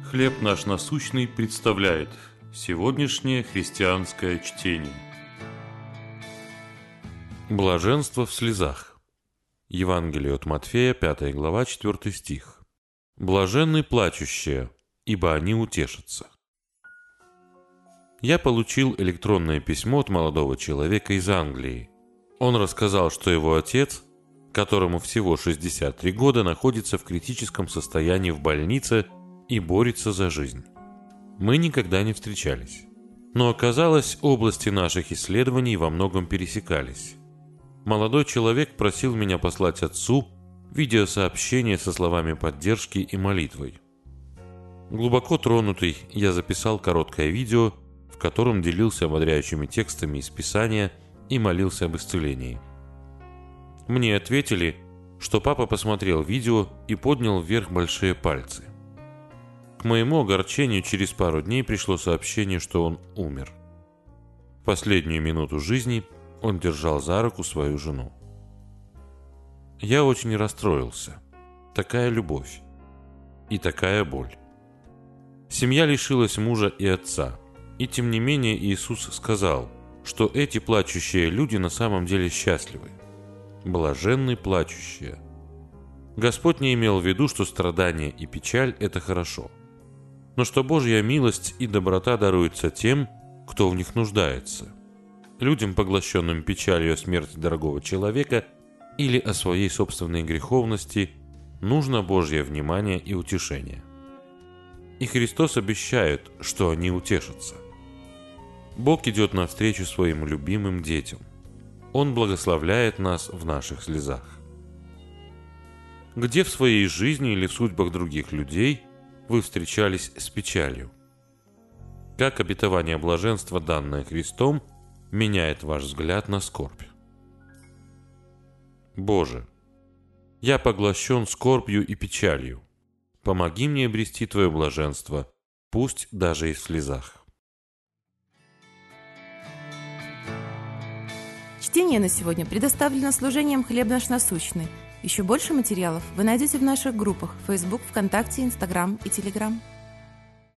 «Хлеб наш насущный» представляет сегодняшнее христианское чтение. Блаженство в слезах. Евангелие от Матфея, 5 глава, 4 стих. «Блаженны плачущие, ибо они утешатся». Я получил электронное письмо от молодого человека из Англии. Он рассказал, что его отец, которому всего 63 года, находится в критическом состоянии в больнице и борется за жизнь. Мы никогда не встречались. Но оказалось, области наших исследований во многом пересекались. Молодой человек просил меня послать отцу видеосообщение со словами поддержки и молитвой. Глубоко тронутый, я записал короткое видео, в котором делился ободряющими текстами из Писания и молился об исцелении. Мне ответили, что папа посмотрел видео и поднял вверх большие пальцы. К моему огорчению через пару дней пришло сообщение, что он умер. В последнюю минуту жизни он держал за руку свою жену. Я очень расстроился. Такая любовь и такая боль. Семья лишилась мужа и отца. И тем не менее Иисус сказал, что эти плачущие люди на самом деле счастливы. Блаженны плачущие. Господь не имел в виду, что страдание и печаль – это хорошо, но что Божья милость и доброта даруются тем, кто в них нуждается. Людям, поглощенным печалью о смерти дорогого человека или о своей собственной греховности, нужно Божье внимание и утешение. И Христос обещает, что они утешатся. Бог идет навстречу своим любимым детям. Он благословляет нас в наших слезах. Где в своей жизни или в судьбах других людей вы встречались с печалью? Как обетование блаженства, данное Христом, меняет ваш взгляд на скорбь? Боже, я поглощен скорбью и печалью. Помоги мне обрести Твое блаженство, пусть даже и в слезах. Чтение на сегодня предоставлено служением «Хлеб наш насущный». Еще больше материалов вы найдете в наших группах Facebook, ВКонтакте, Instagram и Telegram.